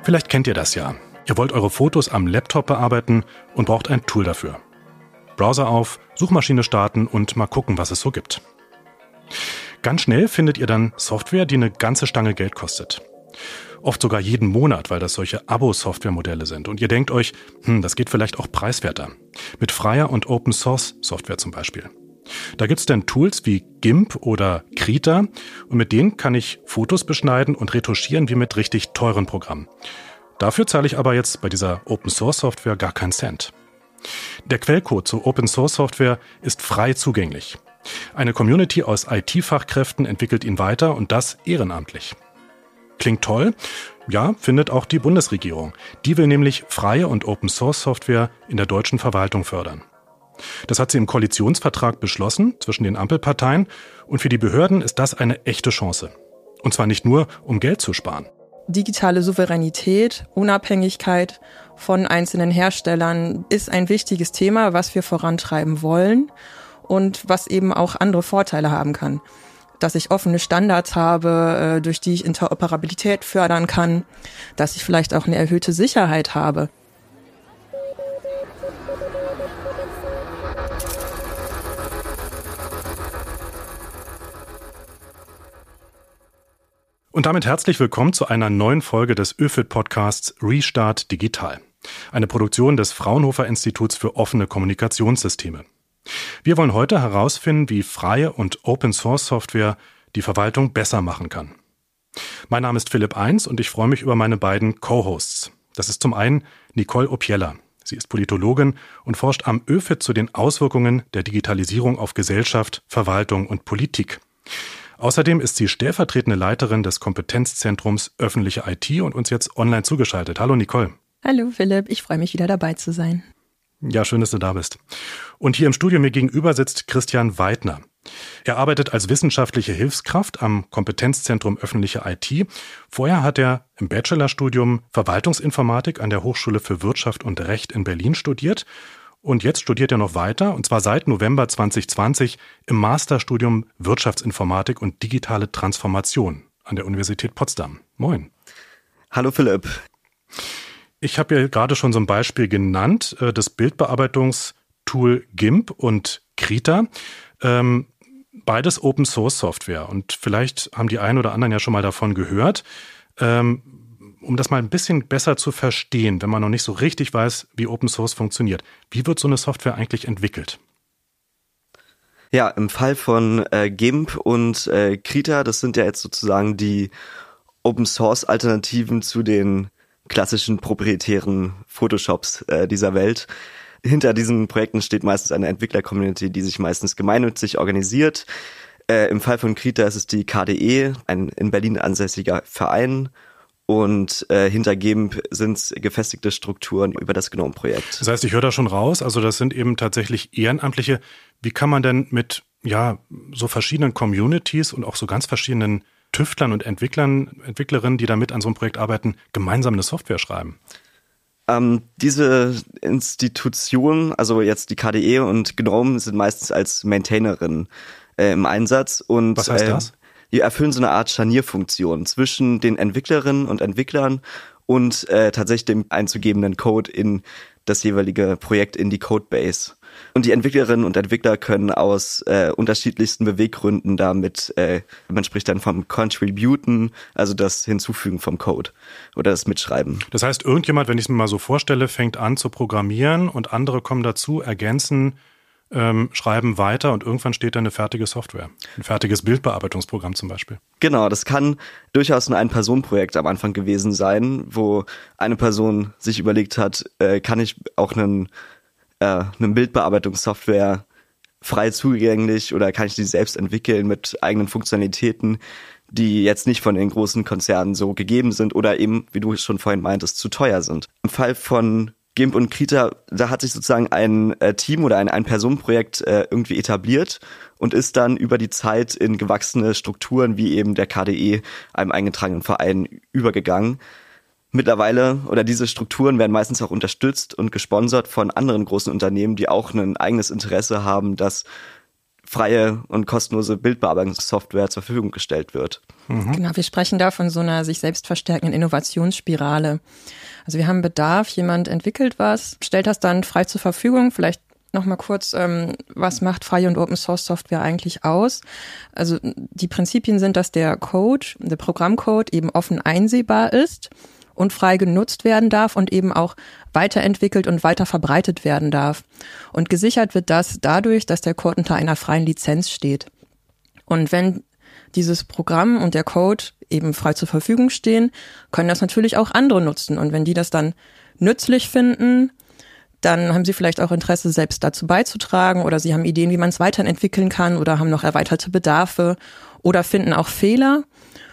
Vielleicht kennt ihr das ja. Ihr wollt eure Fotos am Laptop bearbeiten und braucht ein Tool dafür. Browser auf, Suchmaschine starten und mal gucken, was es so gibt. Ganz schnell findet ihr dann Software, die eine ganze Stange Geld kostet. Oft sogar jeden Monat, weil das solche Abo-Software-Modelle sind. Und ihr denkt euch, das geht vielleicht auch preiswerter. Mit freier und Open-Source-Software zum Beispiel. Da gibt's dann Tools wie GIMP oder Krita und mit denen kann ich Fotos beschneiden und retuschieren wie mit richtig teuren Programmen. Dafür zahle ich aber jetzt bei dieser Open-Source-Software gar keinen Cent. Der Quellcode zur Open-Source-Software ist frei zugänglich. Eine Community aus IT-Fachkräften entwickelt ihn weiter und das ehrenamtlich. Klingt toll? Ja, findet auch die Bundesregierung. Die will nämlich freie und Open-Source-Software in der deutschen Verwaltung fördern. Das hat sie im Koalitionsvertrag beschlossen zwischen den Ampelparteien und für die Behörden ist das eine echte Chance. Und zwar nicht nur, um Geld zu sparen. Digitale Souveränität, Unabhängigkeit von einzelnen Herstellern ist ein wichtiges Thema, was wir vorantreiben wollen und was eben auch andere Vorteile haben kann. Dass ich offene Standards habe, durch die ich Interoperabilität fördern kann, dass ich vielleicht auch eine erhöhte Sicherheit habe. Und damit herzlich willkommen zu einer neuen Folge des ÖFIT-Podcasts Restart Digital. Eine Produktion des Fraunhofer Instituts für offene Kommunikationssysteme. Wir wollen heute herausfinden, wie freie und Open-Source-Software die Verwaltung besser machen kann. Mein Name ist Philipp Eins und ich freue mich über meine beiden Co-Hosts. Das ist zum einen Nicole Opieler. Sie ist Politologin und forscht am ÖFIT zu den Auswirkungen der Digitalisierung auf Gesellschaft, Verwaltung und Politik. Außerdem ist sie stellvertretende Leiterin des Kompetenzzentrums Öffentliche IT und uns jetzt online zugeschaltet. Hallo Nicole. Hallo Philipp, ich freue mich wieder dabei zu sein. Ja, schön, dass du da bist. Und hier im Studio mir gegenüber sitzt Christian Weidner. Er arbeitet als wissenschaftliche Hilfskraft am Kompetenzzentrum Öffentliche IT. Vorher hat er im Bachelorstudium Verwaltungsinformatik an der Hochschule für Wirtschaft und Recht in Berlin studiert. Und jetzt studiert er noch weiter, und zwar seit November 2020 im Masterstudium Wirtschaftsinformatik und digitale Transformation an der Universität Potsdam. Moin. Hallo Philipp. Ich habe ja gerade schon so ein Beispiel genannt, das Bildbearbeitungstool GIMP und Krita. Beides Open-Source-Software und vielleicht haben die einen oder anderen ja schon mal davon gehört. Um das mal ein bisschen besser zu verstehen, wenn man noch nicht so richtig weiß, wie Open Source funktioniert. Wie wird so eine Software eigentlich entwickelt? Ja, im Fall von GIMP und Krita, das sind ja jetzt sozusagen die Open Source Alternativen zu den klassischen proprietären Photoshops dieser Welt. Hinter diesen Projekten steht meistens eine Entwickler-Community, die sich meistens gemeinnützig organisiert. Im Fall von Krita ist es die KDE, ein in Berlin ansässiger Verein. Und hinter GIMP sind es gefestigte Strukturen über das GNOME-Projekt. Das heißt, ich höre da schon raus, also das sind eben tatsächlich Ehrenamtliche. Wie kann man denn mit so verschiedenen Communities und auch so ganz verschiedenen Tüftlern und Entwicklerinnen, die da mit an so einem Projekt arbeiten, gemeinsam eine Software schreiben? Diese Institutionen, also jetzt die KDE und GNOME, sind meistens als Maintainerin im Einsatz. Und was heißt das? Die erfüllen so eine Art Scharnierfunktion zwischen den Entwicklerinnen und Entwicklern und tatsächlich dem einzugebenden Code in das jeweilige Projekt in die Codebase. Und die Entwicklerinnen und Entwickler können aus unterschiedlichsten Beweggründen damit, man spricht dann vom Contributen, also das Hinzufügen vom Code oder das Mitschreiben. Das heißt, irgendjemand, wenn ich es mir mal so vorstelle, fängt an zu programmieren und andere kommen dazu, ergänzen, schreiben weiter und irgendwann steht da eine fertige Software. Ein fertiges Bildbearbeitungsprogramm zum Beispiel. Genau, das kann durchaus nur ein Personenprojekt am Anfang gewesen sein, wo eine Person sich überlegt hat, kann ich auch eine Bildbearbeitungssoftware frei zugänglich oder kann ich die selbst entwickeln mit eigenen Funktionalitäten, die jetzt nicht von den großen Konzernen so gegeben sind oder eben, wie du schon vorhin meintest, zu teuer sind. Im Fall von GIMP und Krita, da hat sich sozusagen ein Team oder ein Personenprojekt irgendwie etabliert und ist dann über die Zeit in gewachsene Strukturen wie eben der KDE, einem eingetragenen Verein, übergegangen. Mittlerweile, oder diese Strukturen werden meistens auch unterstützt und gesponsert von anderen großen Unternehmen, die auch ein eigenes Interesse haben, dass freie und kostenlose Bildbearbeitungssoftware zur Verfügung gestellt wird. Genau, wir sprechen da von so einer sich selbst verstärkenden Innovationsspirale. Also wir haben Bedarf, jemand entwickelt was, stellt das dann frei zur Verfügung. Vielleicht nochmal kurz, was macht freie und Open-Source-Software eigentlich aus? Also die Prinzipien sind, dass der Programmcode eben offen einsehbar ist und frei genutzt werden darf und eben auch weiterentwickelt und weiter verbreitet werden darf. Und gesichert wird das dadurch, dass der Code unter einer freien Lizenz steht. Und wenn dieses Programm und der Code eben frei zur Verfügung stehen, können das natürlich auch andere nutzen. Und wenn die das dann nützlich finden, dann haben sie vielleicht auch Interesse, selbst dazu beizutragen, oder sie haben Ideen, wie man es weiterentwickeln kann, oder haben noch erweiterte Bedarfe oder finden auch Fehler.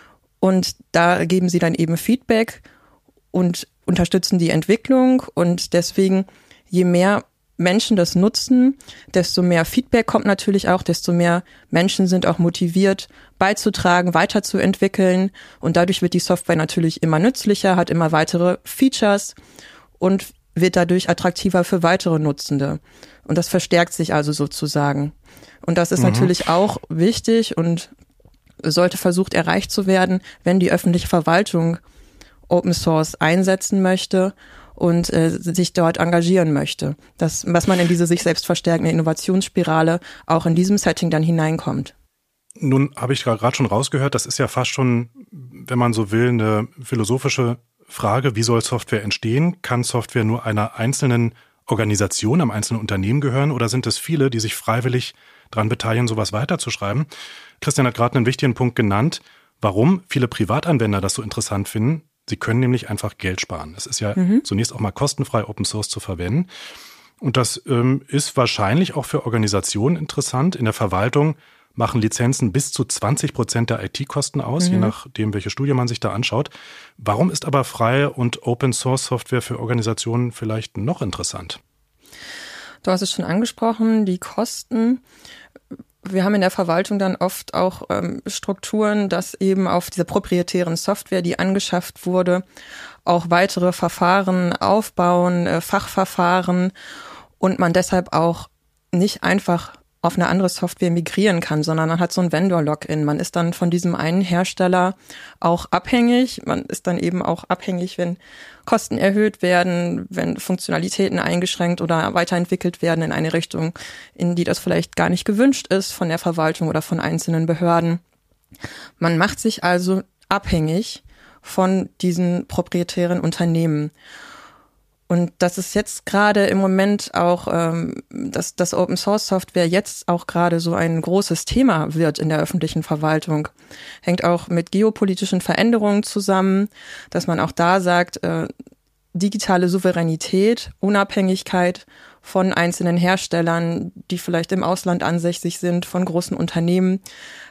Und da geben sie dann eben Feedback und unterstützen die Entwicklung. Und deswegen, je mehr Menschen das nutzen, desto mehr Feedback kommt natürlich auch, desto mehr Menschen sind auch motiviert, beizutragen, weiterzuentwickeln. Und dadurch wird die Software natürlich immer nützlicher, hat immer weitere Features und wird dadurch attraktiver für weitere Nutzende. Und das verstärkt sich also sozusagen. Und das ist natürlich auch wichtig und sollte versucht erreicht zu werden, wenn die öffentliche Verwaltung Open Source einsetzen möchte und sich dort engagieren möchte. Was man in diese sich selbst verstärkende Innovationsspirale auch in diesem Setting dann hineinkommt. Nun habe ich gerade schon rausgehört, das ist ja fast schon, wenn man so will, eine philosophische Frage, wie soll Software entstehen? Kann Software nur einer einzelnen Organisation, einem einzelnen Unternehmen gehören, oder sind es viele, die sich freiwillig daran beteiligen, sowas weiterzuschreiben? Christian hat gerade einen wichtigen Punkt genannt, warum viele Privatanwender das so interessant finden. Sie können nämlich einfach Geld sparen. Es ist ja zunächst auch mal kostenfrei, Open Source zu verwenden. Und das ist wahrscheinlich auch für Organisationen interessant. In der Verwaltung machen Lizenzen bis zu 20% der IT-Kosten aus, je nachdem, welche Studie man sich da anschaut. Warum ist aber freie und Open-Source-Software für Organisationen vielleicht noch interessant? Du hast es schon angesprochen, die Kosten. Wir haben in der Verwaltung dann oft auch Strukturen, dass eben auf dieser proprietären Software, die angeschafft wurde, auch weitere Verfahren aufbauen, Fachverfahren, und man deshalb auch nicht einfach auf eine andere Software migrieren kann, sondern man hat so ein Vendor-Login. Man ist dann von diesem einen Hersteller auch abhängig. Man ist dann eben auch abhängig, wenn Kosten erhöht werden, wenn Funktionalitäten eingeschränkt oder weiterentwickelt werden in eine Richtung, in die das vielleicht gar nicht gewünscht ist von der Verwaltung oder von einzelnen Behörden. Man macht sich also abhängig von diesen proprietären Unternehmen. Und das ist jetzt gerade im Moment auch, dass Open Source Software jetzt auch gerade so ein großes Thema wird in der öffentlichen Verwaltung. Hängt auch mit geopolitischen Veränderungen zusammen, dass man auch da sagt, digitale Souveränität, Unabhängigkeit von einzelnen Herstellern, die vielleicht im Ausland ansässig sind, von großen Unternehmen,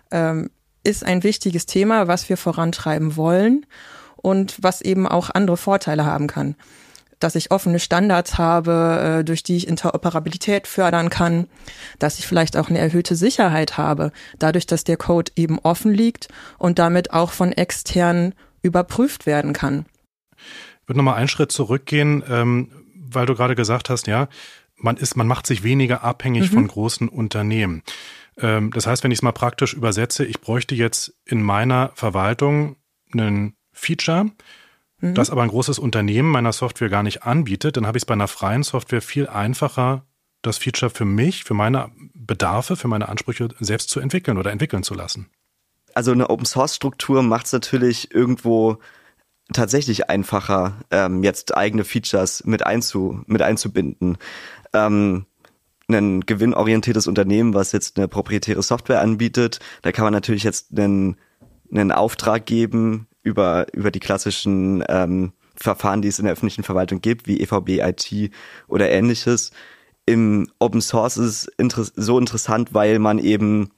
ist ein wichtiges Thema, was wir vorantreiben wollen und was eben auch andere Vorteile haben kann. Dass ich offene Standards habe, durch die ich Interoperabilität fördern kann, dass ich vielleicht auch eine erhöhte Sicherheit habe, dadurch, dass der Code eben offen liegt und damit auch von externen überprüft werden kann. Ich würde nochmal einen Schritt zurückgehen, weil du gerade gesagt hast, ja, man macht sich weniger abhängig von großen Unternehmen. Das heißt, wenn ich es mal praktisch übersetze, ich bräuchte jetzt in meiner Verwaltung einen Feature, das aber ein großes Unternehmen meiner Software gar nicht anbietet, dann habe ich es bei einer freien Software viel einfacher, das Feature für mich, für meine Bedarfe, für meine Ansprüche selbst zu entwickeln oder entwickeln zu lassen. Also eine Open-Source-Struktur macht es natürlich irgendwo tatsächlich einfacher, jetzt eigene Features mit einzubinden. Ein gewinnorientiertes Unternehmen, was jetzt eine proprietäre Software anbietet, da kann man natürlich jetzt einen Auftrag geben, über die klassischen Verfahren, die es in der öffentlichen Verwaltung gibt, wie EVB, IT oder ähnliches. Im Open Source ist es so interessant, weil man eben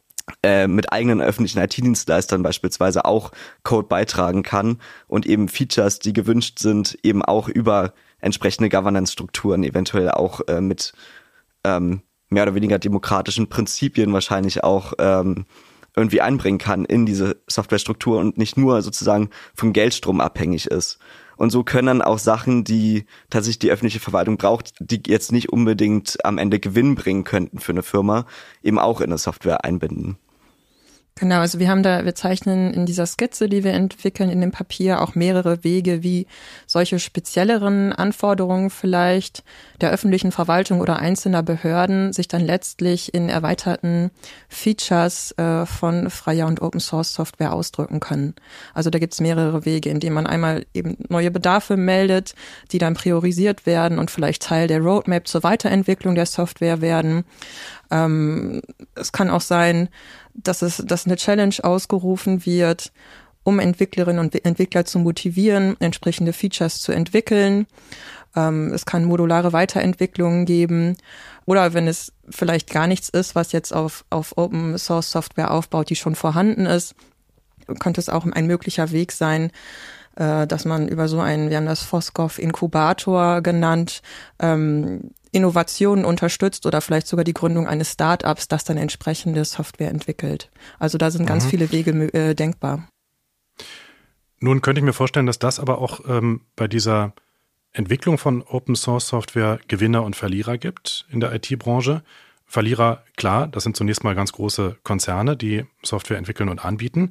mit eigenen öffentlichen IT-Dienstleistern beispielsweise auch Code beitragen kann und eben Features, die gewünscht sind, eben auch über entsprechende Governance-Strukturen, eventuell auch mit mehr oder weniger demokratischen Prinzipien wahrscheinlich auch irgendwie einbringen kann in diese Softwarestruktur und nicht nur sozusagen vom Geldstrom abhängig ist. Und so können dann auch Sachen, die tatsächlich die öffentliche Verwaltung braucht, die jetzt nicht unbedingt am Ende Gewinn bringen könnten für eine Firma, eben auch in eine Software einbinden. Genau, also wir zeichnen in dieser Skizze, die wir entwickeln, in dem Papier auch mehrere Wege, wie solche spezielleren Anforderungen vielleicht der öffentlichen Verwaltung oder einzelner Behörden sich dann letztlich in erweiterten Features von freier und Open-Source-Software ausdrücken können. Also da gibt's mehrere Wege, indem man einmal eben neue Bedarfe meldet, die dann priorisiert werden und vielleicht Teil der Roadmap zur Weiterentwicklung der Software werden. Es kann auch sein, dass eine Challenge ausgerufen wird, um Entwicklerinnen und Entwickler zu motivieren, entsprechende Features zu entwickeln. Es kann modulare Weiterentwicklungen geben. Oder wenn es vielleicht gar nichts ist, was jetzt auf Open Source Software aufbaut, die schon vorhanden ist, könnte es auch ein möglicher Weg sein, dass man über so einen, wir haben das FOSGOV Inkubator genannt, Innovationen unterstützt oder vielleicht sogar die Gründung eines Start-ups, das dann entsprechende Software entwickelt. Also da sind ganz viele Wege denkbar. Nun könnte ich mir vorstellen, dass das aber auch bei dieser Entwicklung von Open-Source-Software Gewinner und Verlierer gibt in der IT-Branche. Verlierer, klar, das sind zunächst mal ganz große Konzerne, die Software entwickeln und anbieten.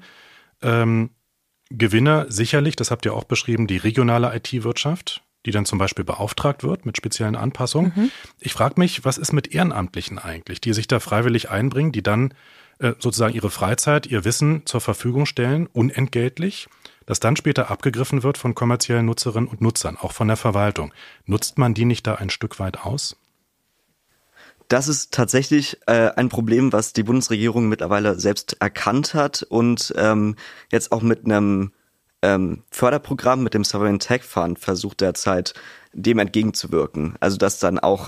Gewinner sicherlich, das habt ihr auch beschrieben, die regionale IT-Wirtschaft, die dann zum Beispiel beauftragt wird mit speziellen Anpassungen. Ich frage mich, was ist mit Ehrenamtlichen eigentlich, die sich da freiwillig einbringen, die dann sozusagen ihre Freizeit, ihr Wissen zur Verfügung stellen, unentgeltlich, das dann später abgegriffen wird von kommerziellen Nutzerinnen und Nutzern, auch von der Verwaltung. Nutzt man die nicht da ein Stück weit aus? Das ist tatsächlich ein Problem, was die Bundesregierung mittlerweile selbst erkannt hat und jetzt auch mit einem Förderprogramm, mit dem Sovereign Tech Fund versucht derzeit dem entgegenzuwirken. Also dass dann auch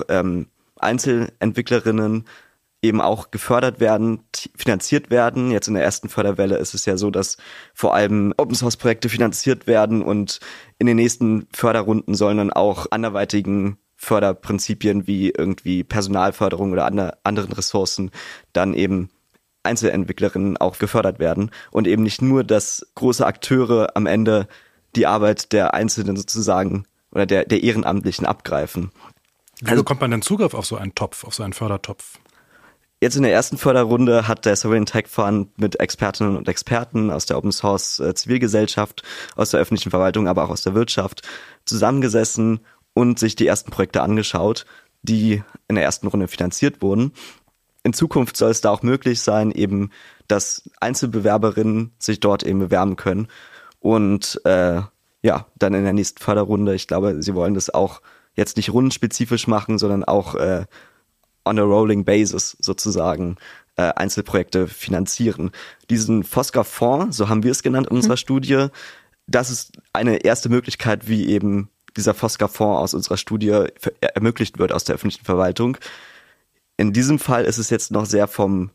Einzelentwicklerinnen eben auch gefördert werden, finanziert werden. Jetzt in der ersten Förderwelle ist es ja so, dass vor allem Open-Source-Projekte finanziert werden und in den nächsten Förderrunden sollen dann auch anderweitigen Förderprinzipien wie irgendwie Personalförderung oder anderen Ressourcen dann eben Einzelentwicklerinnen auch gefördert werden und eben nicht nur, dass große Akteure am Ende die Arbeit der Einzelnen sozusagen oder der Ehrenamtlichen abgreifen. Wie bekommt man denn Zugriff auf so einen Topf, auf so einen Fördertopf? Jetzt in der ersten Förderrunde hat der Sovereign Tech Fund mit Expertinnen und Experten aus der Open Source Zivilgesellschaft, aus der öffentlichen Verwaltung, aber auch aus der Wirtschaft zusammengesessen und sich die ersten Projekte angeschaut, die in der ersten Runde finanziert wurden. In Zukunft soll es da auch möglich sein, eben, dass Einzelbewerberinnen sich dort eben bewerben können und dann in der nächsten Förderrunde, ich glaube, sie wollen das auch jetzt nicht rundenspezifisch machen, sondern auch on a rolling basis sozusagen Einzelprojekte finanzieren. Diesen FOSGOV-Fonds, so haben wir es genannt in unserer Studie, das ist eine erste Möglichkeit, wie eben dieser FOSGOV-Fonds aus unserer Studie ermöglicht wird aus der öffentlichen Verwaltung. In diesem Fall ist es jetzt noch sehr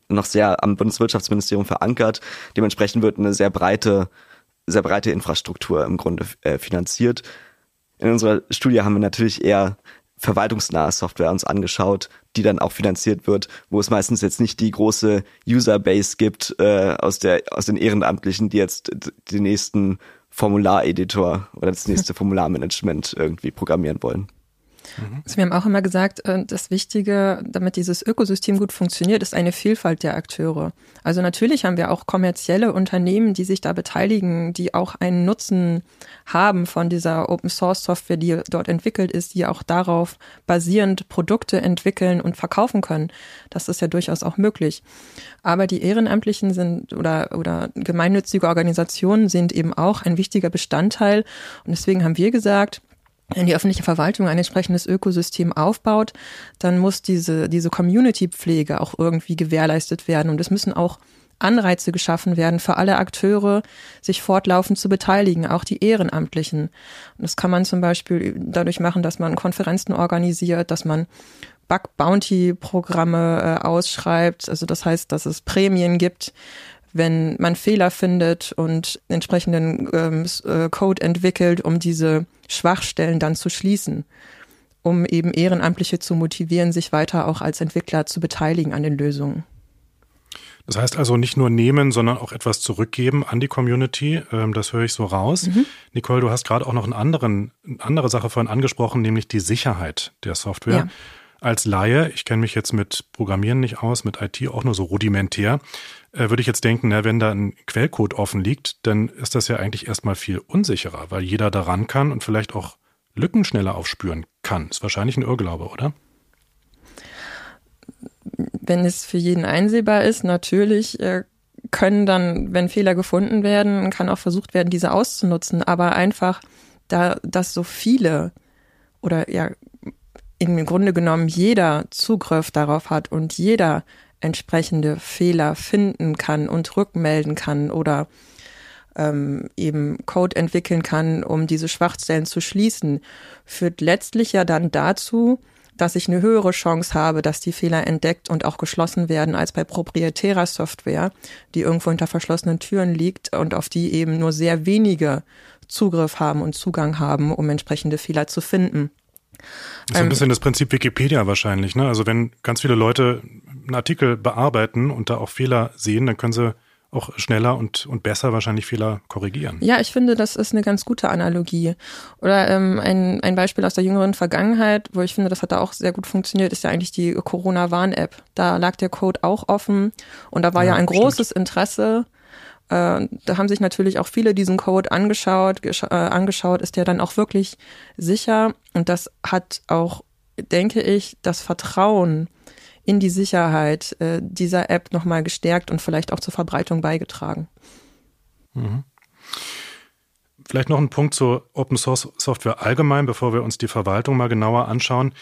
am Bundeswirtschaftsministerium verankert. Dementsprechend wird eine sehr breite Infrastruktur im Grunde finanziert. In unserer Studie haben wir natürlich eher verwaltungsnahe Software uns angeschaut, die dann auch finanziert wird, wo es meistens jetzt nicht die große Userbase gibt aus den Ehrenamtlichen, die jetzt den nächsten Formulareditor oder das nächste Formularmanagement irgendwie programmieren wollen. Also wir haben auch immer gesagt, das Wichtige, damit dieses Ökosystem gut funktioniert, ist eine Vielfalt der Akteure. Also natürlich haben wir auch kommerzielle Unternehmen, die sich da beteiligen, die auch einen Nutzen haben von dieser Open-Source-Software, die dort entwickelt ist, die auch darauf basierend Produkte entwickeln und verkaufen können. Das ist ja durchaus auch möglich. Aber die Ehrenamtlichen sind oder gemeinnützige Organisationen sind eben auch ein wichtiger Bestandteil. Und deswegen haben wir gesagt, wenn die öffentliche Verwaltung ein entsprechendes Ökosystem aufbaut, dann muss diese Community-Pflege auch irgendwie gewährleistet werden. Und es müssen auch Anreize geschaffen werden für alle Akteure, sich fortlaufend zu beteiligen, auch die Ehrenamtlichen. Und das kann man zum Beispiel dadurch machen, dass man Konferenzen organisiert, dass man Bug-Bounty-Programme ausschreibt. Also das heißt, dass es Prämien gibt, wenn man Fehler findet und entsprechenden Code entwickelt, um diese Schwachstellen dann zu schließen, um eben Ehrenamtliche zu motivieren, sich weiter auch als Entwickler zu beteiligen an den Lösungen. Das heißt also nicht nur nehmen, sondern auch etwas zurückgeben an die Community. Das höre ich so raus. Nicole, du hast gerade auch noch eine andere Sache vorhin angesprochen, nämlich die Sicherheit der Software. Ja. Als Laie, ich kenne mich jetzt mit Programmieren nicht aus, mit IT auch nur so rudimentär, würde ich jetzt denken, wenn da ein Quellcode offen liegt, dann ist das ja eigentlich erstmal viel unsicherer, weil jeder daran kann und vielleicht auch Lücken schneller aufspüren kann. Ist wahrscheinlich ein Irrglaube, oder? Wenn es für jeden einsehbar ist, natürlich können dann, wenn Fehler gefunden werden, kann auch versucht werden, diese auszunutzen. Aber einfach, da dass so viele oder ja im Grunde genommen jeder Zugriff darauf hat und jeder entsprechende Fehler finden kann und rückmelden kann oder eben Code entwickeln kann, um diese Schwachstellen zu schließen, führt letztlich ja dann dazu, dass ich eine höhere Chance habe, dass die Fehler entdeckt und auch geschlossen werden, als bei proprietärer Software, die irgendwo hinter verschlossenen Türen liegt und auf die eben nur sehr wenige Zugriff haben und Zugang haben, um entsprechende Fehler zu finden. Das ist ein bisschen das Prinzip Wikipedia wahrscheinlich, ne? Also wenn ganz viele Leute einen Artikel bearbeiten und da auch Fehler sehen, dann können sie auch schneller und besser wahrscheinlich Fehler korrigieren. Ja, ich finde, das ist eine ganz gute Analogie. Oder ein Beispiel aus der jüngeren Vergangenheit, wo ich finde, das hat da auch sehr gut funktioniert, ist ja eigentlich die Corona-Warn-App. Da lag der Code auch offen und da war ja ein großes Interesse. Da haben sich natürlich auch viele diesen Code angeschaut, ist der dann auch wirklich sicher? Und das hat auch, denke ich, das Vertrauen in die Sicherheit dieser App nochmal gestärkt und vielleicht auch zur Verbreitung beigetragen. Mhm. Vielleicht noch ein Punkt zur Open Source Software allgemein, bevor wir uns die Verwaltung mal genauer anschauen.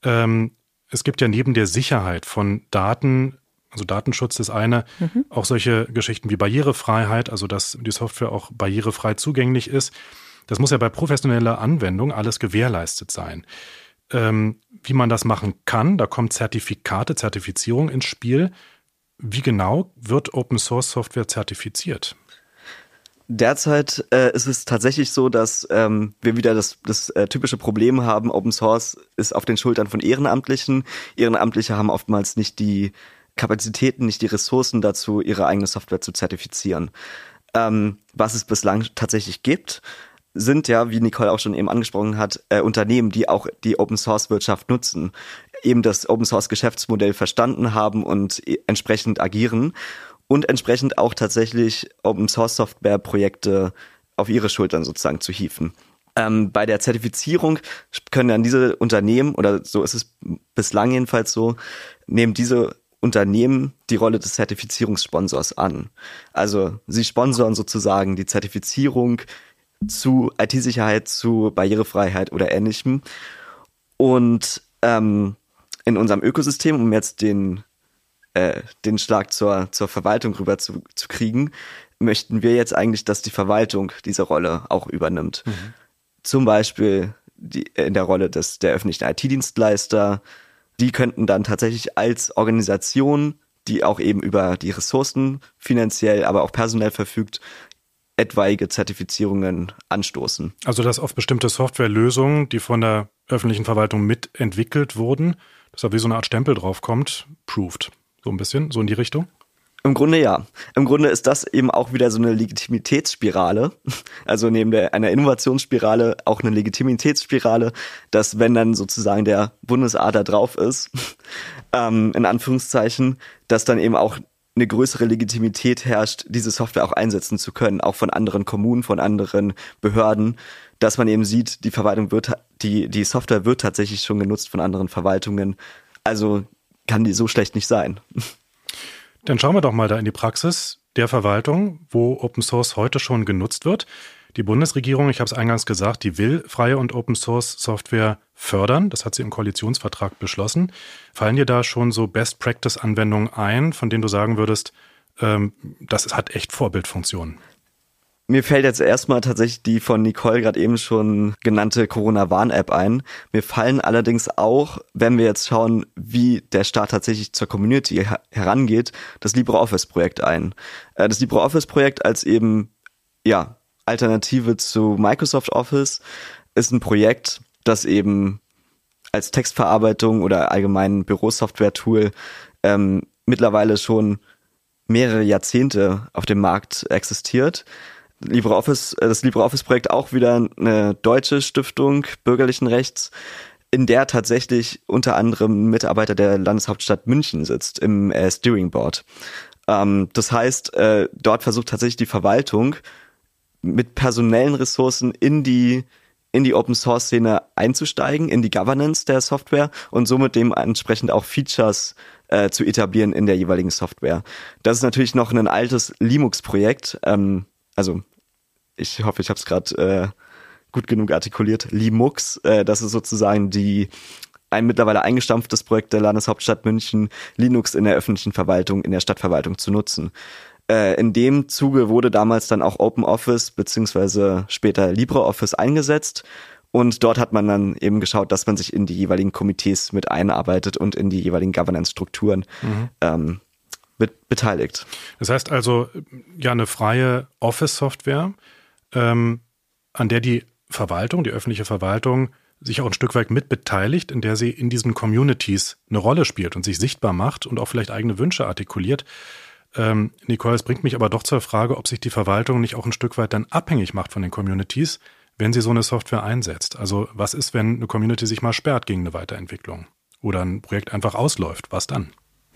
Es gibt ja neben der Sicherheit von Daten, also Datenschutz ist eine, auch solche Geschichten wie Barrierefreiheit, also dass die Software auch barrierefrei zugänglich ist. Das muss ja bei professioneller Anwendung alles gewährleistet sein. Wie man das machen kann, da kommen Zertifizierung ins Spiel. Wie genau wird Open Source Software zertifiziert? Derzeit ist es tatsächlich so, dass wir wieder das typische Problem haben, Open Source ist auf den Schultern von Ehrenamtlichen. Ehrenamtliche haben oftmals nicht die Kapazitäten, nicht die Ressourcen dazu, ihre eigene Software zu zertifizieren. Was es bislang tatsächlich gibt, sind ja, wie Nicole auch schon eben angesprochen hat, Unternehmen, die auch die Open-Source-Wirtschaft nutzen, eben das Open-Source-Geschäftsmodell verstanden haben und entsprechend agieren und entsprechend auch tatsächlich Open-Source-Software-Projekte auf ihre Schultern sozusagen zu hieven. Bei der Zertifizierung können dann diese Unternehmen, oder so ist es bislang jedenfalls so, nehmen diese Unternehmen die Rolle des Zertifizierungssponsors an. Also sie sponsoren sozusagen die Zertifizierung zu IT-Sicherheit, zu Barrierefreiheit oder Ähnlichem. Und in unserem Ökosystem, um jetzt den Schlag zur Verwaltung rüber zu kriegen, möchten wir jetzt eigentlich, dass die Verwaltung diese Rolle auch übernimmt. Zum Beispiel in der Rolle der öffentlichen IT-Dienstleister. Die könnten dann tatsächlich als Organisation, die auch eben über die Ressourcen finanziell, aber auch personell verfügt, etwaige Zertifizierungen anstoßen. Also dass auf bestimmte Softwarelösungen, die von der öffentlichen Verwaltung mitentwickelt wurden, dass da wie so eine Art Stempel draufkommt, proved. So ein bisschen, so in die Richtung? Im Grunde ja. Im Grunde ist das eben auch wieder so eine Legitimitätsspirale. Also neben einer Innovationsspirale auch eine Legitimitätsspirale, dass wenn dann sozusagen der Bundesadler drauf ist, in Anführungszeichen, dass dann eben auch eine größere Legitimität herrscht, diese Software auch einsetzen zu können, auch von anderen Kommunen, von anderen Behörden, dass man eben sieht, die Verwaltung die Software wird tatsächlich schon genutzt von anderen Verwaltungen. Also kann die so schlecht nicht sein. Dann schauen wir doch mal da in die Praxis der Verwaltung, wo Open Source heute schon genutzt wird. Die Bundesregierung, ich habe es eingangs gesagt, die will freie und Open Source Software fördern. Das hat sie im Koalitionsvertrag beschlossen. Fallen dir da schon so Best-Practice-Anwendungen ein, von denen du sagen würdest, das hat echt Vorbildfunktionen? Mir fällt jetzt erstmal tatsächlich die von Nicole gerade eben schon genannte Corona-Warn-App ein. Mir fallen allerdings auch, wenn wir jetzt schauen, wie der Staat tatsächlich zur Community herangeht, das LibreOffice-Projekt ein. Das LibreOffice-Projekt als eben, ja, Alternative zu Microsoft Office ist ein Projekt, das eben als Textverarbeitung oder allgemein Bürosoftware-Tool mittlerweile schon mehrere Jahrzehnte auf dem Markt existiert. Das LibreOffice-Projekt auch wieder eine deutsche Stiftung bürgerlichen Rechts, in der tatsächlich unter anderem ein Mitarbeiter der Landeshauptstadt München sitzt im Steering Board. Das heißt, dort versucht tatsächlich die Verwaltung mit personellen Ressourcen in die Open-Source-Szene einzusteigen, in die Governance der Software und somit dementsprechend auch Features zu etablieren in der jeweiligen Software. Das ist natürlich noch ein altes Linux-Projekt. Also ich hoffe, ich habe es gerade gut genug artikuliert. Linux, das ist sozusagen ein mittlerweile eingestampftes Projekt der Landeshauptstadt München, Linux in der öffentlichen Verwaltung, in der Stadtverwaltung zu nutzen. In dem Zuge wurde damals dann auch OpenOffice beziehungsweise später LibreOffice eingesetzt und dort hat man dann eben geschaut, dass man sich in die jeweiligen Komitees mit einarbeitet und in die jeweiligen Governance-Strukturen beteiligt. Das heißt also, ja, eine freie Office-Software, an der die Verwaltung, die öffentliche Verwaltung, sich auch ein Stück weit mit beteiligt, in der sie in diesen Communities eine Rolle spielt und sich sichtbar macht und auch vielleicht eigene Wünsche artikuliert. Nicole, es bringt mich aber doch zur Frage, ob sich die Verwaltung nicht auch ein Stück weit dann abhängig macht von den Communities, wenn sie so eine Software einsetzt. Also was ist, wenn eine Community sich mal sperrt gegen eine Weiterentwicklung oder ein Projekt einfach ausläuft? Was dann?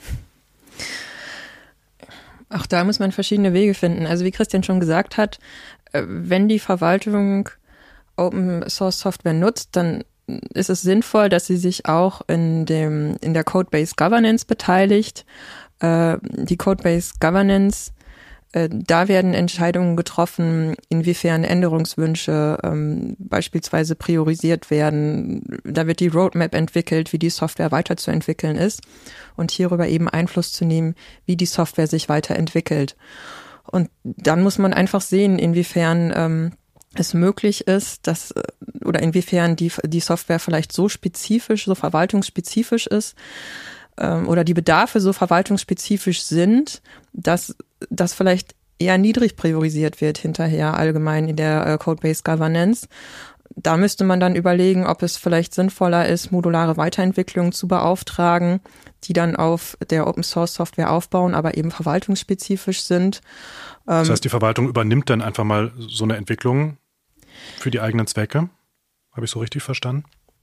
Auch da muss man verschiedene Wege finden. Also wie Christian schon gesagt hat, wenn die Verwaltung Open Source Software nutzt, dann ist es sinnvoll, dass sie sich auch in der Codebase Governance beteiligt. Die Codebase Governance, da werden Entscheidungen getroffen, inwiefern Änderungswünsche beispielsweise priorisiert werden. Da wird die Roadmap entwickelt, wie die Software weiterzuentwickeln ist und hierüber eben Einfluss zu nehmen, wie die Software sich weiterentwickelt. Und dann muss man einfach sehen, inwiefern es möglich ist, oder inwiefern die Software vielleicht so spezifisch, so verwaltungsspezifisch ist, oder die Bedarfe so verwaltungsspezifisch sind, dass das vielleicht eher niedrig priorisiert wird hinterher allgemein in der Codebase Governance. Da müsste man dann überlegen, ob es vielleicht sinnvoller ist, modulare Weiterentwicklungen zu beauftragen, die dann auf der Open Source Software aufbauen, aber eben verwaltungsspezifisch sind. Das heißt, die Verwaltung übernimmt dann einfach mal so eine Entwicklung für die eigenen Zwecke? Habe ich so richtig verstanden?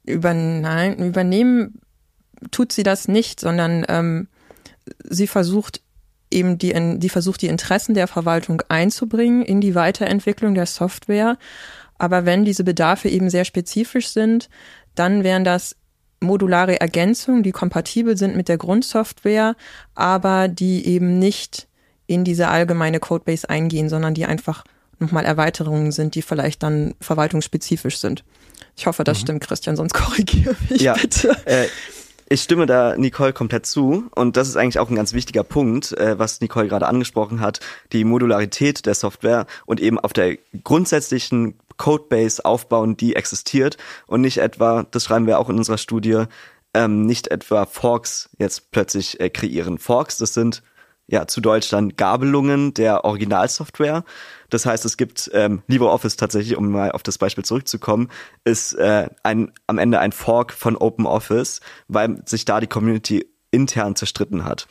Übernehmen tut sie das nicht, sondern sie versucht eben die Interessen der Verwaltung einzubringen in die Weiterentwicklung der Software. Aber wenn diese Bedarfe eben sehr spezifisch sind, dann wären das modulare Ergänzungen, die kompatibel sind mit der Grundsoftware, aber die eben nicht in diese allgemeine Codebase eingehen, sondern die einfach nochmal Erweiterungen sind, die vielleicht dann verwaltungsspezifisch sind. Ich hoffe, das stimmt, Christian, sonst korrigiere mich bitte. Ich stimme da Nicole komplett zu und das ist eigentlich auch ein ganz wichtiger Punkt, was Nicole gerade angesprochen hat, die Modularität der Software und eben auf der grundsätzlichen Codebase aufbauen, die existiert und nicht etwa, das schreiben wir auch in unserer Studie, nicht etwa Forks jetzt plötzlich kreieren. Forks, das sind ja zu Deutsch dann Gabelungen der Originalsoftware. Das heißt, es gibt LibreOffice tatsächlich, um mal auf das Beispiel zurückzukommen, ist am Ende ein Fork von OpenOffice, weil sich da die Community intern zerstritten hat.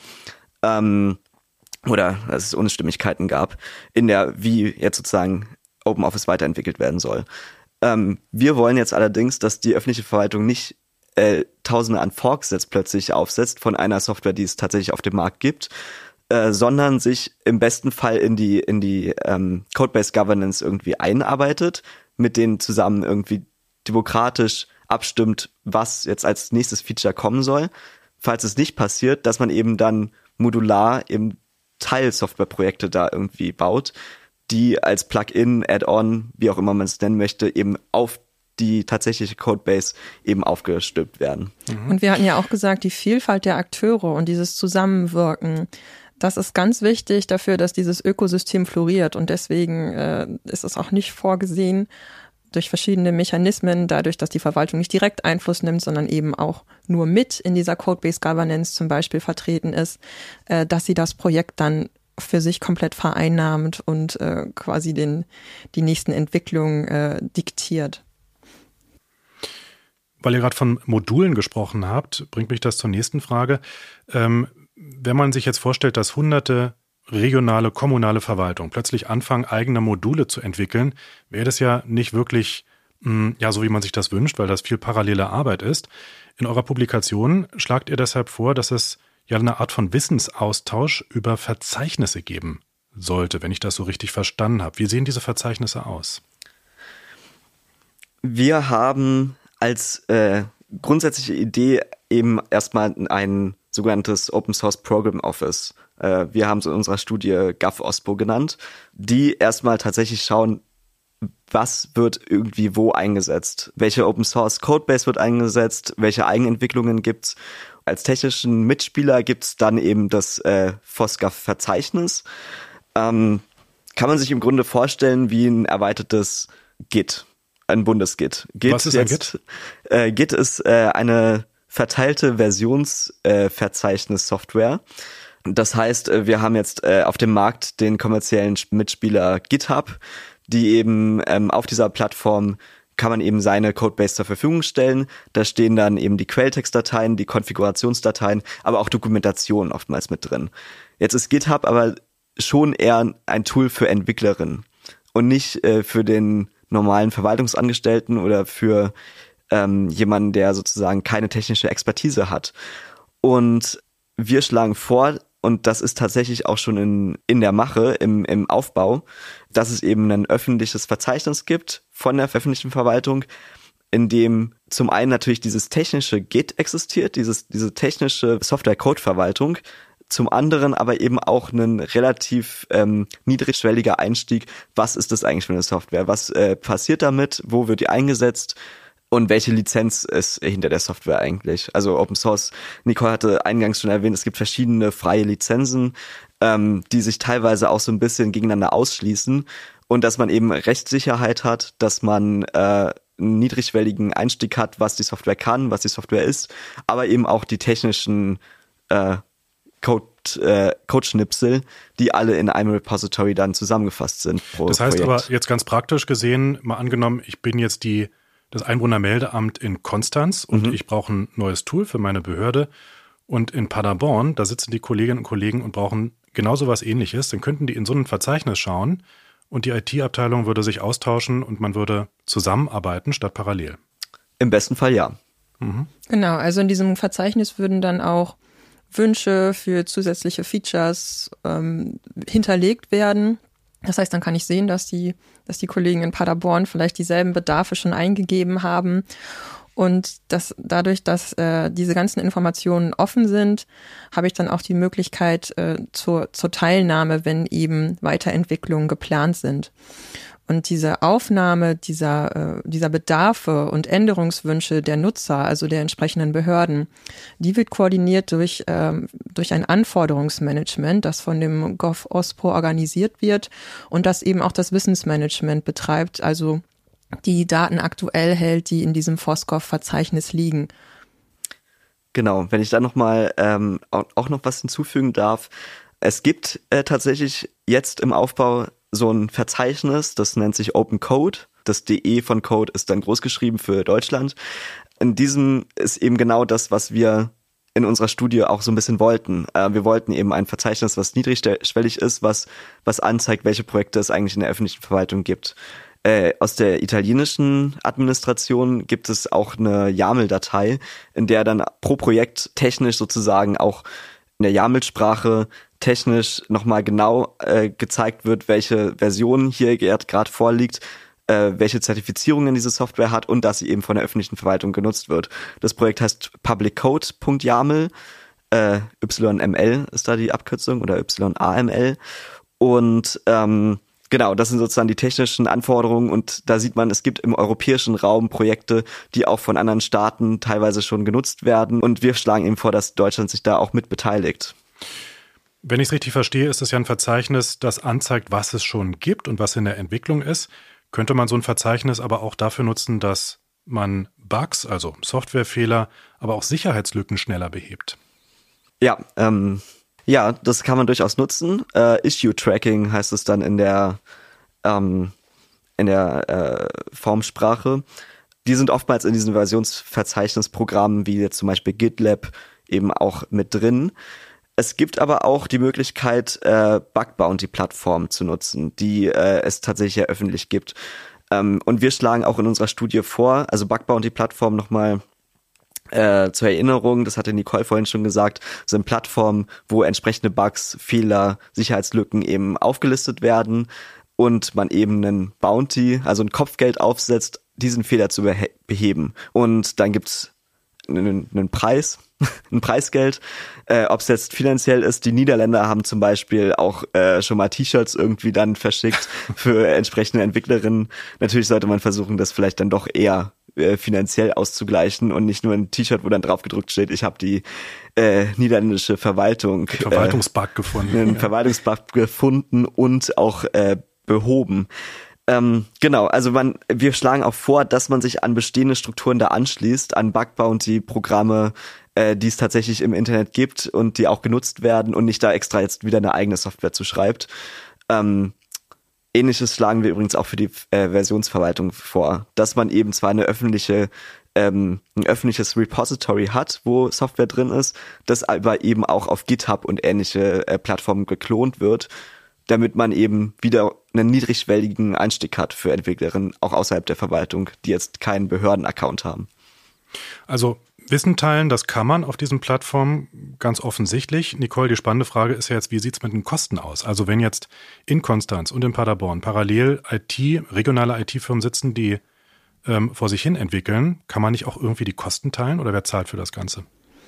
Oder es Unstimmigkeiten gab, wie jetzt sozusagen OpenOffice weiterentwickelt werden soll. Wir wollen jetzt allerdings, dass die öffentliche Verwaltung nicht Tausende an Forks jetzt plötzlich aufsetzt von einer Software, die es tatsächlich auf dem Markt gibt, sondern sich im besten Fall in die Codebase Governance irgendwie einarbeitet, mit denen zusammen irgendwie demokratisch abstimmt, was jetzt als nächstes Feature kommen soll. Falls es nicht passiert, dass man eben dann modular eben Teilsoftwareprojekte da irgendwie baut, die als Plugin, Add-on, wie auch immer man es nennen möchte, eben auf die tatsächliche Codebase eben aufgestülpt werden. Und wir hatten ja auch gesagt, die Vielfalt der Akteure und dieses Zusammenwirken, das ist ganz wichtig dafür, dass dieses Ökosystem floriert. Und deswegen ist es auch nicht vorgesehen, durch verschiedene Mechanismen, dadurch, dass die Verwaltung nicht direkt Einfluss nimmt, sondern eben auch nur mit in dieser Codebase Governance zum Beispiel vertreten ist, dass sie das Projekt dann für sich komplett vereinnahmt und quasi die nächsten Entwicklungen diktiert. Weil ihr gerade von Modulen gesprochen habt, bringt mich das zur nächsten Frage. Wenn man sich jetzt vorstellt, dass Hunderte regionale, kommunale Verwaltung plötzlich anfangen, eigene Module zu entwickeln, wäre das ja nicht wirklich so, wie man sich das wünscht, weil das viel parallele Arbeit ist. In eurer Publikation schlagt ihr deshalb vor, dass es ja eine Art von Wissensaustausch über Verzeichnisse geben sollte, wenn ich das so richtig verstanden habe. Wie sehen diese Verzeichnisse aus? Wir haben als grundsätzliche Idee eben erstmal ein sogenanntes Open Source Program Office. Wir haben es in unserer Studie GovOSPO genannt, die erstmal tatsächlich schauen, was wird irgendwie wo eingesetzt, welche Open Source Codebase wird eingesetzt, welche Eigenentwicklungen gibt's. Als technischen Mitspieler gibt's dann eben das FOSGAF-Verzeichnis. Kann man sich im Grunde vorstellen wie ein erweitertes Git, ein Bundesgit. Was ist ein Git? Git ist eine verteilte Versionsverzeichnis-Software. Das heißt, wir haben jetzt auf dem Markt den kommerziellen Mitspieler GitHub, die eben auf dieser Plattform kann man eben seine Codebase zur Verfügung stellen. Da stehen dann eben die Quelltextdateien, die Konfigurationsdateien, aber auch Dokumentationen oftmals mit drin. Jetzt ist GitHub aber schon eher ein Tool für Entwicklerinnen und nicht für den normalen Verwaltungsangestellten oder für jemanden, der sozusagen keine technische Expertise hat. Und wir schlagen vor, und das ist tatsächlich auch schon in der Mache, im Aufbau, dass es eben ein öffentliches Verzeichnis gibt von der öffentlichen Verwaltung, in dem zum einen natürlich dieses technische Git existiert, diese technische Software-Code-Verwaltung, zum anderen aber eben auch ein relativ niedrigschwelliger Einstieg. Was ist das eigentlich für eine Software? Was passiert damit? Wo wird die eingesetzt? Und welche Lizenz ist hinter der Software eigentlich? Also Open Source, Nicole hatte eingangs schon erwähnt, es gibt verschiedene freie Lizenzen, die sich teilweise auch so ein bisschen gegeneinander ausschließen. Und dass man eben Rechtssicherheit hat, dass man einen niedrigschwelligen Einstieg hat, was die Software kann, was die Software ist, aber eben auch die technischen Code-Schnipsel, die alle in einem Repository dann zusammengefasst sind. Das heißt aber jetzt ganz praktisch gesehen, mal angenommen, ich bin jetzt das Einwohnermeldeamt in Konstanz und ich brauche ein neues Tool für meine Behörde. Und in Paderborn, da sitzen die Kolleginnen und Kollegen und brauchen genauso was Ähnliches. Dann könnten die in so ein Verzeichnis schauen und die IT-Abteilung würde sich austauschen und man würde zusammenarbeiten statt parallel. Im besten Fall ja. Genau, also in diesem Verzeichnis würden dann auch Wünsche für zusätzliche Features hinterlegt werden. Das heißt, dann kann ich sehen, dass die Kollegen in Paderborn vielleicht dieselben Bedarfe schon eingegeben haben. Und dadurch, dass diese ganzen Informationen offen sind, habe ich dann auch die Möglichkeit zur Teilnahme, wenn eben Weiterentwicklungen geplant sind. Und diese Aufnahme dieser Bedarfe und Änderungswünsche der Nutzer, also der entsprechenden Behörden, die wird koordiniert durch ein Anforderungsmanagement, das von dem GovOSPO organisiert wird und das eben auch das Wissensmanagement betreibt, also die Daten aktuell hält, die in diesem FOSGAF-Verzeichnis liegen. Genau, wenn ich da nochmal auch noch was hinzufügen darf. Es gibt tatsächlich jetzt im Aufbau so ein Verzeichnis, das nennt sich Open Code. Das DE von Code ist dann großgeschrieben für Deutschland. In diesem ist eben genau das, was wir in unserer Studie auch so ein bisschen wollten. Wir wollten eben ein Verzeichnis, was niedrigschwellig ist, was anzeigt, welche Projekte es eigentlich in der öffentlichen Verwaltung gibt. Aus der italienischen Administration gibt es auch eine YAML-Datei, in der dann pro Projekt technisch sozusagen auch in der YAML-Sprache technisch nochmal genau gezeigt wird, welche Version hier gerade vorliegt, welche Zertifizierungen diese Software hat und dass sie eben von der öffentlichen Verwaltung genutzt wird. Das Projekt heißt publiccode.yaml, YML ist da die Abkürzung oder YAML und genau, das sind sozusagen die technischen Anforderungen und da sieht man, es gibt im europäischen Raum Projekte, die auch von anderen Staaten teilweise schon genutzt werden und wir schlagen eben vor, dass Deutschland sich da auch mit beteiligt. Wenn ich es richtig verstehe, ist es ja ein Verzeichnis, das anzeigt, was es schon gibt und was in der Entwicklung ist. Könnte man so ein Verzeichnis aber auch dafür nutzen, dass man Bugs, also Softwarefehler, aber auch Sicherheitslücken schneller behebt? Ja, das kann man durchaus nutzen. Issue-Tracking heißt es dann in der Formsprache. Die sind oftmals in diesen Versionsverzeichnisprogrammen wie jetzt zum Beispiel GitLab eben auch mit drin. Es gibt aber auch die Möglichkeit, Bug Bounty Plattformen zu nutzen, die es tatsächlich ja öffentlich gibt. Und wir schlagen auch in unserer Studie vor, also Bug Bounty Plattformen nochmal zur Erinnerung, das hatte Nicole vorhin schon gesagt, sind Plattformen, wo entsprechende Bugs, Fehler, Sicherheitslücken eben aufgelistet werden und man eben einen Bounty, also ein Kopfgeld aufsetzt, diesen Fehler zu beheben. Und dann gibt's einen Preis, ein Preisgeld, ob es jetzt finanziell ist. Die Niederländer haben zum Beispiel auch schon mal T-Shirts irgendwie dann verschickt für entsprechende Entwicklerinnen. Natürlich sollte man versuchen, das vielleicht dann doch eher finanziell auszugleichen und nicht nur ein T-Shirt, wo dann drauf gedruckt steht, ich habe die niederländische Verwaltung Verwaltungsbug gefunden. Einen Verwaltungsbug gefunden und auch behoben. Genau, also wir schlagen auch vor, dass man sich an bestehende Strukturen da anschließt, an Bug-Bounty-Programme, die es tatsächlich im Internet gibt und die auch genutzt werden und nicht da extra jetzt wieder eine eigene Software zu schreibt. Ähnliches schlagen wir übrigens auch für die Versionsverwaltung vor, dass man eben zwar ein öffentliches Repository hat, wo Software drin ist, das aber eben auch auf GitHub und ähnliche Plattformen geklont wird, damit man eben wieder einen niedrigschwelligen Einstieg hat für Entwicklerinnen, auch außerhalb der Verwaltung, die jetzt keinen Behördenaccount haben. Also Wissen teilen, das kann man auf diesen Plattformen ganz offensichtlich. Nicole, die spannende Frage ist ja jetzt, wie sieht es mit den Kosten aus? Also wenn jetzt in Konstanz und in Paderborn parallel regionale IT-Firmen sitzen, die vor sich hin entwickeln, kann man nicht auch irgendwie die Kosten teilen oder wer zahlt für das Ganze?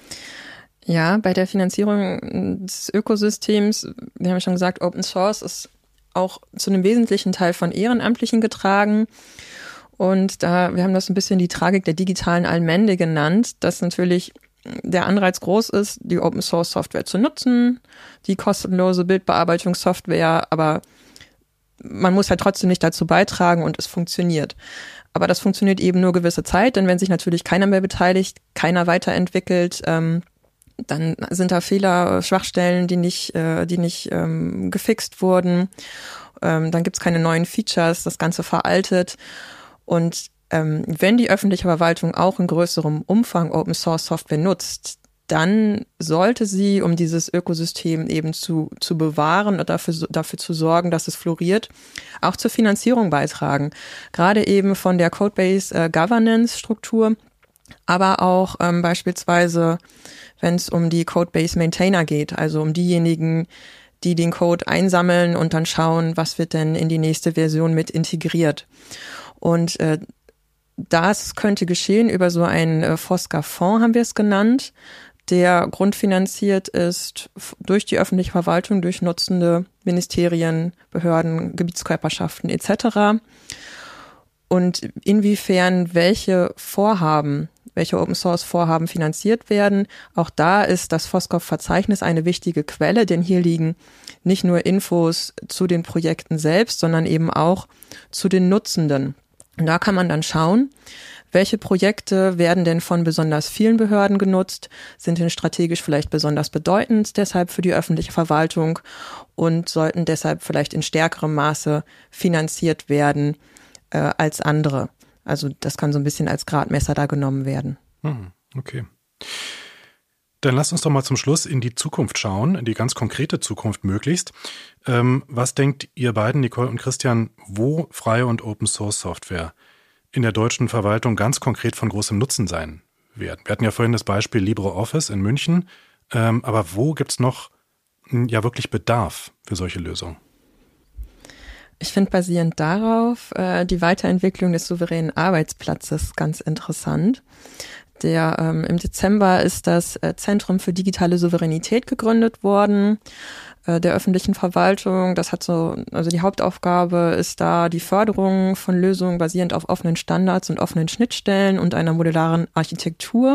Ja, bei der Finanzierung des Ökosystems, wir haben ja schon gesagt, Open Source ist auch zu einem wesentlichen Teil von Ehrenamtlichen getragen. Und wir haben das ein bisschen die Tragik der digitalen Allmende genannt, dass natürlich der Anreiz groß ist, die Open Source Software zu nutzen, die kostenlose Bildbearbeitungssoftware, aber man muss halt trotzdem nicht dazu beitragen und es funktioniert. Aber das funktioniert eben nur gewisse Zeit, denn wenn sich natürlich keiner mehr beteiligt, keiner weiterentwickelt, dann sind da Fehler, Schwachstellen, die nicht gefixt wurden. Dann gibt's keine neuen Features, das Ganze veraltet. Und wenn die öffentliche Verwaltung auch in größerem Umfang Open Source Software nutzt, dann sollte sie, um dieses Ökosystem eben zu bewahren und dafür zu sorgen, dass es floriert, auch zur Finanzierung beitragen. Gerade eben von der Codebase Governance Struktur, aber auch beispielsweise, wenn es um die Codebase Maintainer geht, also um diejenigen, die den Code einsammeln und dann schauen, was wird denn in die nächste Version mit integriert. Und das könnte geschehen über so einen FOSCA-Fonds, haben wir es genannt, der grundfinanziert ist durch die öffentliche Verwaltung, durch nutzende Ministerien, Behörden, Gebietskörperschaften etc. Und inwiefern welche Open-Source-Vorhaben finanziert werden, auch da ist das FOSCOP-Verzeichnis eine wichtige Quelle, denn hier liegen nicht nur Infos zu den Projekten selbst, sondern eben auch zu den Nutzenden. Und da kann man dann schauen, welche Projekte werden denn von besonders vielen Behörden genutzt, sind denn strategisch vielleicht besonders bedeutend, deshalb für die öffentliche Verwaltung und sollten deshalb vielleicht in stärkerem Maße finanziert werden als andere. Also das kann so ein bisschen als Gradmesser da genommen werden. Okay. Dann lasst uns doch mal zum Schluss in die Zukunft schauen, in die ganz konkrete Zukunft möglichst. Was denkt ihr beiden, Nicole und Christian, wo freie und Open-Source-Software in der deutschen Verwaltung ganz konkret von großem Nutzen sein werden? Wir hatten ja vorhin das Beispiel LibreOffice in München, aber wo gibt's noch ja wirklich Bedarf für solche Lösungen? Ich finde basierend darauf die Weiterentwicklung des souveränen Arbeitsplatzes ganz interessant. Im Dezember ist das Zentrum für digitale Souveränität gegründet worden, der öffentlichen Verwaltung. Also die Hauptaufgabe ist da die Förderung von Lösungen basierend auf offenen Standards und offenen Schnittstellen und einer modularen Architektur.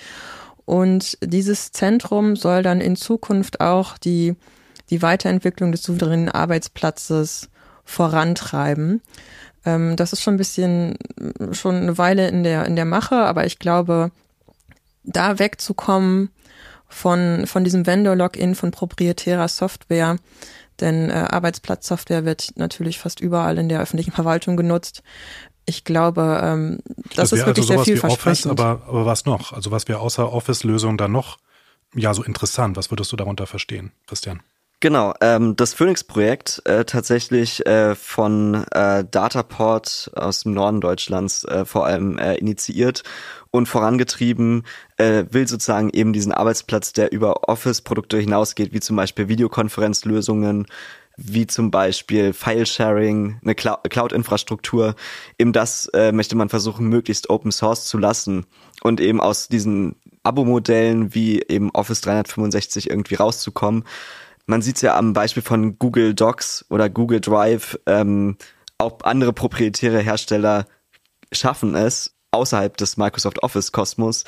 Und dieses Zentrum soll dann in Zukunft auch die Weiterentwicklung des souveränen Arbeitsplatzes vorantreiben. Das ist schon eine Weile in der Mache, aber ich glaube, da wegzukommen von diesem Vendor-Login von proprietärer Software, denn Arbeitsplatzsoftware wird natürlich fast überall in der öffentlichen Verwaltung genutzt. Ich glaube, das ist wirklich also sehr vielversprechend. Office, aber was noch? Also was wäre außer Office-Lösungen dann noch so interessant? Was würdest du darunter verstehen, Christian? Genau, das Phoenix-Projekt tatsächlich von Dataport aus dem Norden Deutschlands vor allem initiiert und vorangetrieben, will sozusagen eben diesen Arbeitsplatz, der über Office-Produkte hinausgeht, wie zum Beispiel Videokonferenzlösungen, wie zum Beispiel File-Sharing, eine Cloud-Infrastruktur, eben das möchte man versuchen, möglichst Open Source zu lassen und eben aus diesen Abo-Modellen wie eben Office 365 irgendwie rauszukommen. Man sieht es ja am Beispiel von Google Docs oder Google Drive, auch andere proprietäre Hersteller schaffen es, außerhalb des Microsoft Office-Kosmos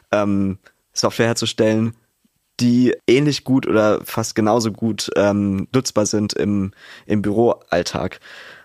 Software herzustellen, die ähnlich gut oder fast genauso gut nutzbar sind im Büroalltag.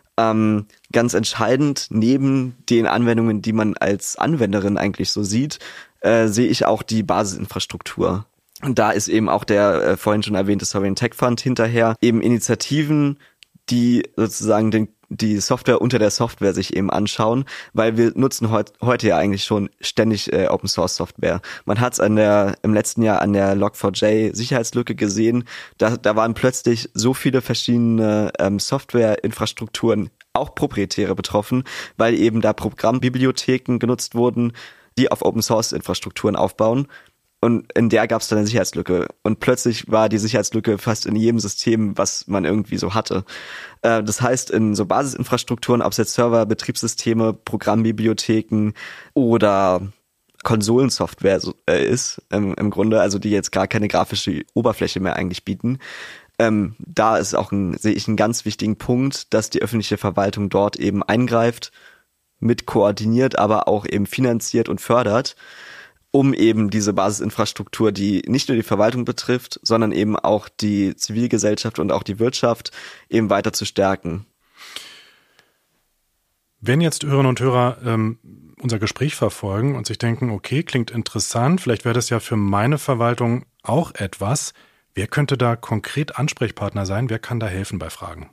Ganz entscheidend, neben den Anwendungen, die man als Anwenderin eigentlich so sieht, sehe ich auch die Basisinfrastruktur. Und da ist eben auch der vorhin schon erwähnte Sovereign Tech Fund hinterher, eben Initiativen, die sozusagen die Software unter der Software sich eben anschauen, weil wir nutzen heute ja eigentlich schon ständig Open Source Software. Man hat es im letzten Jahr an der Log4j Sicherheitslücke gesehen, da waren plötzlich so viele verschiedene Softwareinfrastrukturen, auch proprietäre betroffen, weil eben da Programmbibliotheken genutzt wurden, die auf Open Source Infrastrukturen aufbauen. Und in der gab es dann eine Sicherheitslücke. Und plötzlich war die Sicherheitslücke fast in jedem System, was man irgendwie so hatte. Das heißt, in so Basisinfrastrukturen, ob es jetzt Server, Betriebssysteme, Programmbibliotheken oder Konsolensoftware ist, im Grunde, also die jetzt gar keine grafische Oberfläche mehr eigentlich bieten, da ist auch sehe ich einen ganz wichtigen Punkt, dass die öffentliche Verwaltung dort eben eingreift, mit koordiniert, aber auch eben finanziert und fördert, um eben diese Basisinfrastruktur, die nicht nur die Verwaltung betrifft, sondern eben auch die Zivilgesellschaft und auch die Wirtschaft eben weiter zu stärken. Wenn jetzt Hörerinnen und Hörer unser Gespräch verfolgen und sich denken, okay, klingt interessant, vielleicht wäre das ja für meine Verwaltung auch etwas. Wer könnte da konkret Ansprechpartner sein? Wer kann da helfen bei Fragen?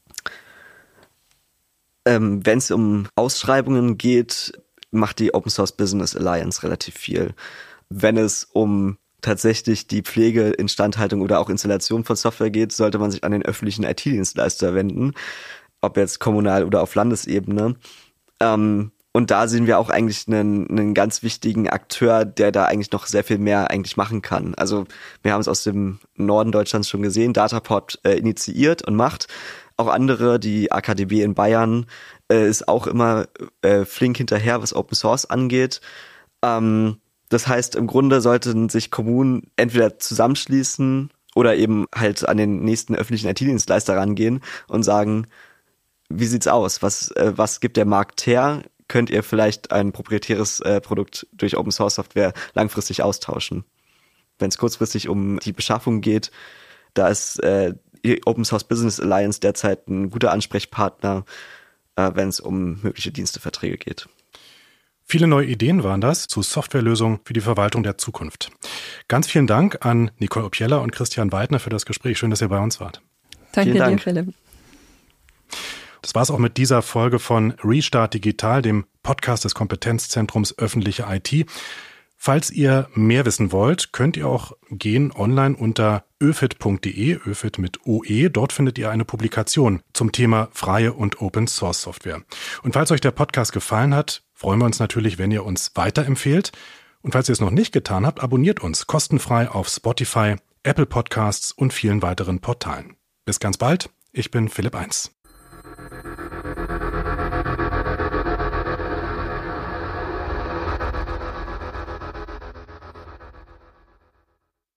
Wenn es um Ausschreibungen geht, macht die Open Source Business Alliance relativ viel. Wenn es um tatsächlich die Pflege, Instandhaltung oder auch Installation von Software geht, sollte man sich an den öffentlichen IT-Dienstleister wenden, ob jetzt kommunal oder auf Landesebene. Und da sehen wir auch eigentlich einen ganz wichtigen Akteur, der da eigentlich noch sehr viel mehr eigentlich machen kann. Also wir haben es aus dem Norden Deutschlands schon gesehen, Dataport initiiert und macht. Auch andere, die AKDB in Bayern, ist auch immer flink hinterher, was Open Source angeht. Das heißt, im Grunde sollten sich Kommunen entweder zusammenschließen oder eben halt an den nächsten öffentlichen IT-Dienstleister rangehen und sagen, wie sieht's aus? Was gibt der Markt her? Könnt ihr vielleicht ein proprietäres Produkt durch Open Source Software langfristig austauschen? Wenn es kurzfristig um die Beschaffung geht, da ist die Open Source Business Alliance derzeit ein guter Ansprechpartner, wenn es um mögliche Diensteverträge geht. Viele neue Ideen waren das zu Softwarelösungen für die Verwaltung der Zukunft. Ganz vielen Dank an Nicole Opieler und Christian Weidner für das Gespräch. Schön, dass ihr bei uns wart. Danke dir, Philipp. Das war's auch mit dieser Folge von Restart Digital, dem Podcast des Kompetenzzentrums Öffentliche IT. Falls ihr mehr wissen wollt, könnt ihr auch gehen online unter öfit.de, öfit mit OE. Dort findet ihr eine Publikation zum Thema freie und Open Source Software. Und falls euch der Podcast gefallen hat, freuen wir uns natürlich, wenn ihr uns weiterempfehlt. Und falls ihr es noch nicht getan habt, abonniert uns kostenfrei auf Spotify, Apple Podcasts und vielen weiteren Portalen. Bis ganz bald. Ich bin Philipp 1.